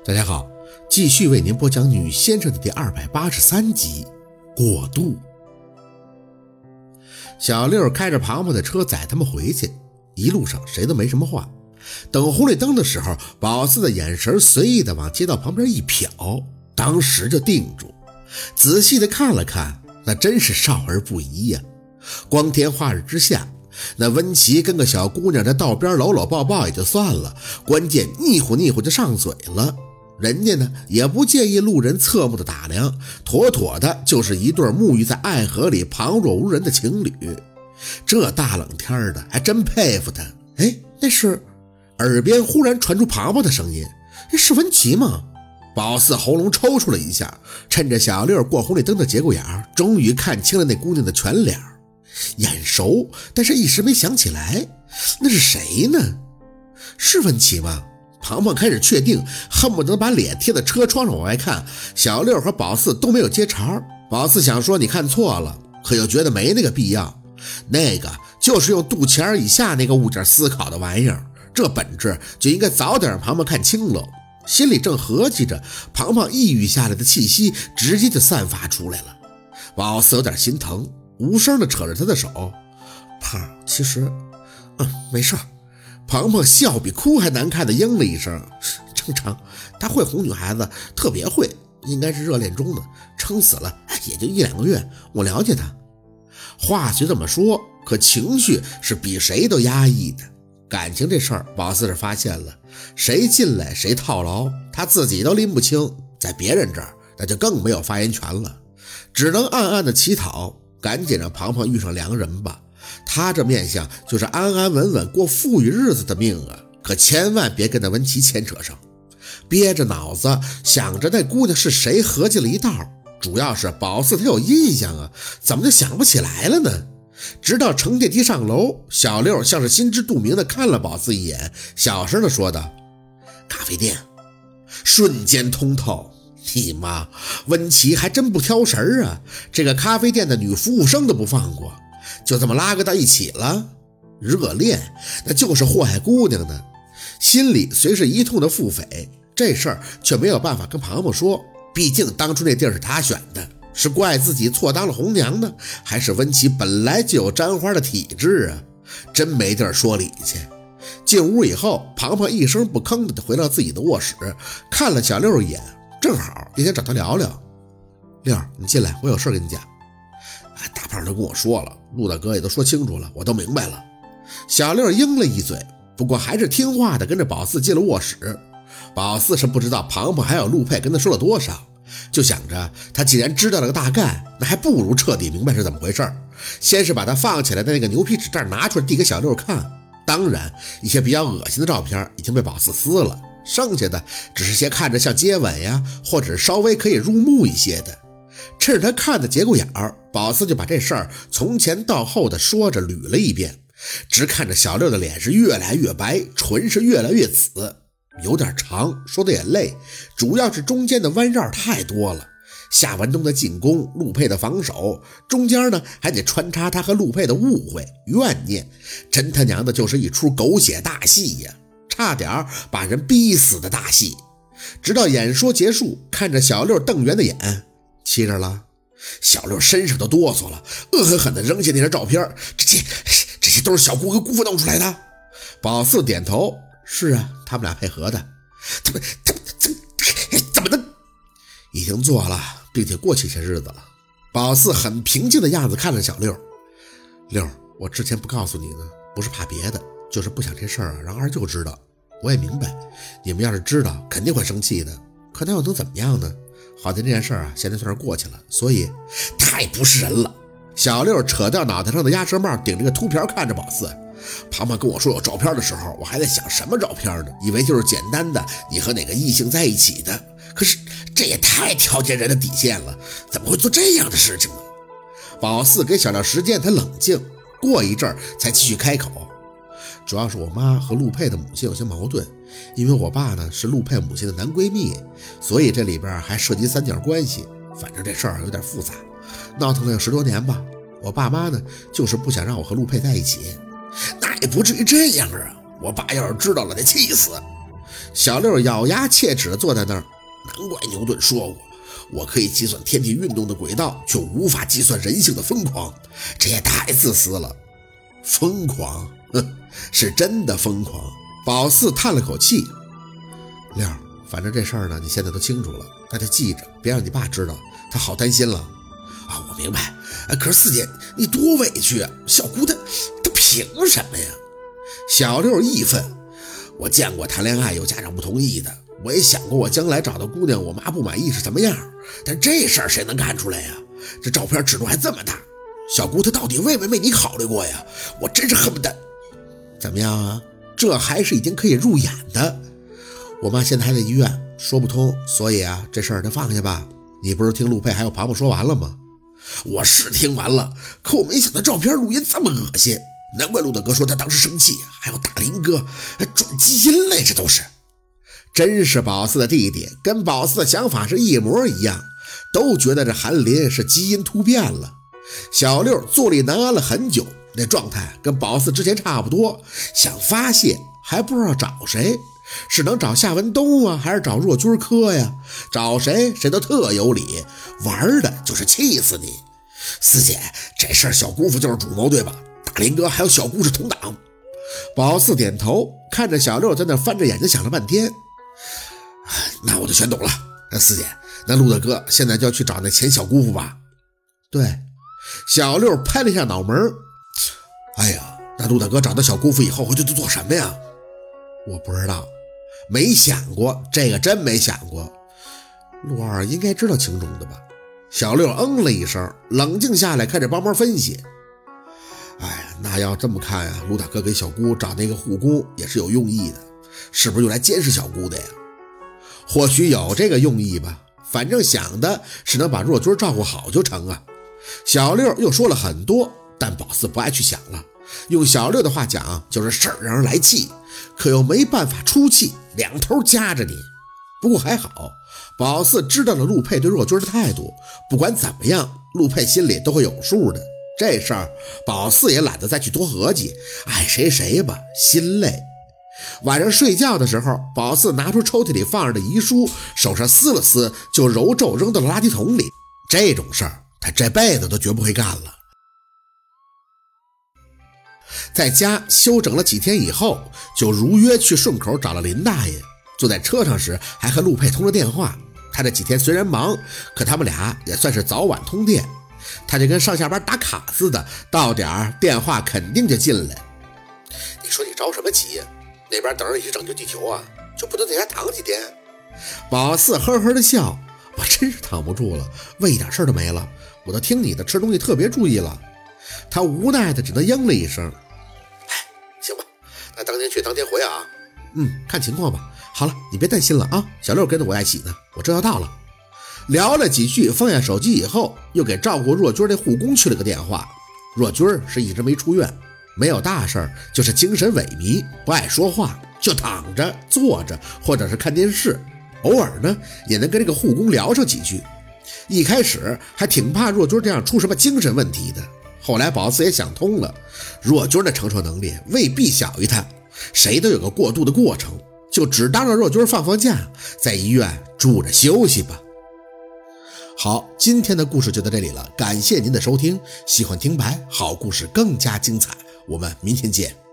大家好，继续为您播讲《女先生》的第283集过渡。小六开着庞庞的车载他们回去，一路上谁都没什么话。等红绿灯的时候，宝四的眼神随意的往街道旁边一瞟，当时就定住，仔细的看了看，那真是少儿不宜呀。光天化日之下，那温琪跟个小姑娘在道边搂搂抱抱也就算了，关键腻乎腻乎就上嘴了。人家呢也不介意路人侧目的打量，妥妥的就是一对沐浴在爱河里旁若无人的情侣。这大冷天的还真佩服他。那是耳边忽然传出庞庞的声音，是文琪吗？宝四喉咙抽搐了一下，趁着小六过红绿灯的节骨眼，终于看清了那姑娘的全脸。眼熟，但是一时没想起来，那是谁呢？是文琪吗？庞庞开始确定，恨不得把脸贴在车窗上往外看。小六和宝四都没有接茬。宝四想说你看错了，可又觉得没那个必要。那个就是用肚脐眼以下那个物件思考的玩意儿，这本质就应该早点让庞庞看清了。心里正合计着，庞庞抑郁下来的气息直接就散发出来了。宝四有点心疼，无声地扯着他的手，胖，其实没事。庞庞笑比哭还难看的应了一声，正常，他会哄女孩子，特别会，应该是热恋中的，撑死了也就1-2个月，我了解他。话虽这么说，可情绪是比谁都压抑的。感情这事儿，宝四是发现了，谁进来谁套牢，他自己都拎不清，在别人这儿那就更没有发言权了，只能暗暗的乞讨，赶紧让庞庞遇上良人吧。他这面相就是安安稳稳过富裕日子的命啊，可千万别跟那文琪牵扯上。憋着脑子想着那姑娘是谁，合计了一道，主要是宝四他有印象啊，怎么就想不起来了呢？直到乘电梯上楼，小六像是心知肚明的看了宝四一眼，小声的说道：咖啡店。瞬间通透，你妈，温琪还真不挑食啊，这个咖啡店的女服务生都不放过，就这么拉个到一起了。热恋那就是祸害姑娘呢。心里虽是一通的腹诽，这事儿却没有办法跟庞庞说，毕竟当初那地儿是他选的，是怪自己错当了红娘呢，还是温琪本来就有沾花的体质啊？真没地儿说理去。进屋以后，庞庞一声不吭的回到自己的卧室，看了小六一眼，正好也想找他聊聊。六，你进来，我有事跟你讲。大胖都跟我说了，陆大哥也都说清楚了，我都明白了。小六应了一嘴，不过还是听话的跟着宝四进了卧室。宝四是不知道庞庞还有陆佩跟他说了多少，就想着他既然知道了个大概，那还不如彻底明白是怎么回事。先是把他放起来的那个牛皮纸袋拿出来递给小六看，当然一些比较恶心的照片已经被宝四撕了，剩下的只是些看着像接吻呀，或者稍微可以入目一些的。趁着他看的节骨眼儿，宝四就把这事儿从前到后的说着捋了一遍，只看着小六的脸是越来越白，唇是越来越紫，有点长，说的也累，主要是中间的弯绕太多了。夏文东的进攻，陆佩的防守，中间呢还得穿插他和陆佩的误会怨念，真他娘的就是一出狗血大戏呀，差点把人逼死的大戏。直到演说结束，看着小六瞪圆的眼，气着了。小六身上都哆嗦了，恶狠狠地扔下那张照片，这些都是小姑和姑父弄出来的。宝四点头，是啊，他们俩配合的。怎么能？已经做了，并且过去些日子了。宝四很平静的样子看着小六。六，我之前不告诉你呢，不是怕别的，就是不想这事儿让二舅知道。我也明白，你们要是知道肯定会生气的，可那又能怎么样呢？好在这件事现在算是过去了，所以太不是人了。小六扯掉脑袋上的鸭舌帽，顶着个秃瓢看着宝四。庞庞跟我说有照片的时候，我还在想什么照片呢，以为就是简单的你和哪个异性在一起的，可是这也太挑战人的底线了，怎么会做这样的事情呢？宝四给小六时间，他冷静过一阵才继续开口。主要是我妈和陆佩的母亲有些矛盾，因为我爸呢是陆佩母亲的男闺蜜，所以这里边还涉及三角关系，反正这事儿有点复杂，闹腾了有10多年吧。我爸妈呢就是不想让我和陆佩在一起。那也不至于这样啊，我爸要是知道了得气死。 小六咬牙切齿地坐在那儿。难怪牛顿说过，我可以计算天体运动的轨道，却无法计算人性的疯狂，这也太自私了。疯狂？是真的疯狂。宝四叹了口气。六，反正这事儿呢，你现在都清楚了，那就记着，别让你爸知道，他好担心了。啊，我明白。可是四姐，你多委屈啊！小姑她凭什么呀？小六义愤。我见过谈恋爱有家长不同意的，我也想过我将来找到姑娘我妈不满意是什么样，但这事儿谁能干出来呀？这照片尺度还这么大，小姑她到底为没为你考虑过呀？我真是恨不得。怎么样啊？这还是已经可以入眼的。我妈现在还在医院，说不通，所以啊，这事儿就放下吧。你不是听陆佩还有庞庞说完了吗？我是听完了，可我没想到照片录音这么恶心，难怪陆大哥说他当时生气，还有大林哥转基因类，这都是。真是宝四的弟弟，跟宝四的想法是一模一样，都觉得这韩林是基因突变了。小六坐立难安了很久，那状态跟宝四之前差不多，想发泄还不知道找谁，是能找夏文东啊，还是找若君科呀？找谁谁都特有理，玩的就是气死你。四姐，这事儿小姑父就是主谋对吧？大林哥还有小姑是同党。宝四点头，看着小六在那翻着眼睛想了半天。那我就全懂了。四姐，那陆大哥现在就要去找那前小姑父吧？对。小六拍了一下脑门。哎呀，那陆大哥找到小姑父以后会去做什么呀？我不知道，没想过，这个真没想过。陆二应该知道情种的吧？小六了一声，冷静下来开始帮忙分析。哎呀，那要这么看呀，陆大哥给小姑找那个护工也是有用意的，是不是用来监视小姑的呀？或许有这个用意吧，反正想的是能把若君照顾好就成啊。小六又说了很多，但宝四不爱去想了。用小六的话讲，就是事儿让人来气，可又没办法出气，两头夹着你。不过还好，宝四知道了陆佩对若君的态度，不管怎么样，陆佩心里都会有数的。这事儿宝四也懒得再去多合计，爱谁谁吧，心累。晚上睡觉的时候，宝四拿出抽屉里放着的遗书，手上撕了撕，就揉皱扔到了垃圾桶里。这种事儿他这辈子都绝不会干了。在家休整了几天以后，就如约去顺口找了林大爷。坐在车上时还和陆佩通了电话。他这几天虽然忙，可他们俩也算是早晚通电。他就跟上下班打卡似的，到点电话肯定就进来。你说你着什么急呀？那边等着你去拯救地球啊，就不能在家躺几天？宝四呵呵的笑，我真是躺不住了，胃一点事儿都没了，我都听你的，吃东西特别注意了。他无奈的只能应了一声。哎，行吧，那当天去当天回啊。看情况吧。好了，你别担心了啊，小六跟着我一起呢，我这要到了。聊了几句，放下手机以后，又给照顾若君那护工去了个电话。若君是一直没出院，没有大事，就是精神萎靡，不爱说话，就躺着坐着或者是看电视，偶尔呢也能跟这个护工聊上几句。一开始还挺怕若君这样出什么精神问题的，后来宝四也想通了，若君的承受能力未必小于他，谁都有个过渡的过程，就只当让若君放假，在医院住着休息吧。好，今天的故事就到这里了，感谢您的收听，喜欢听白，好故事更加精彩，我们明天见。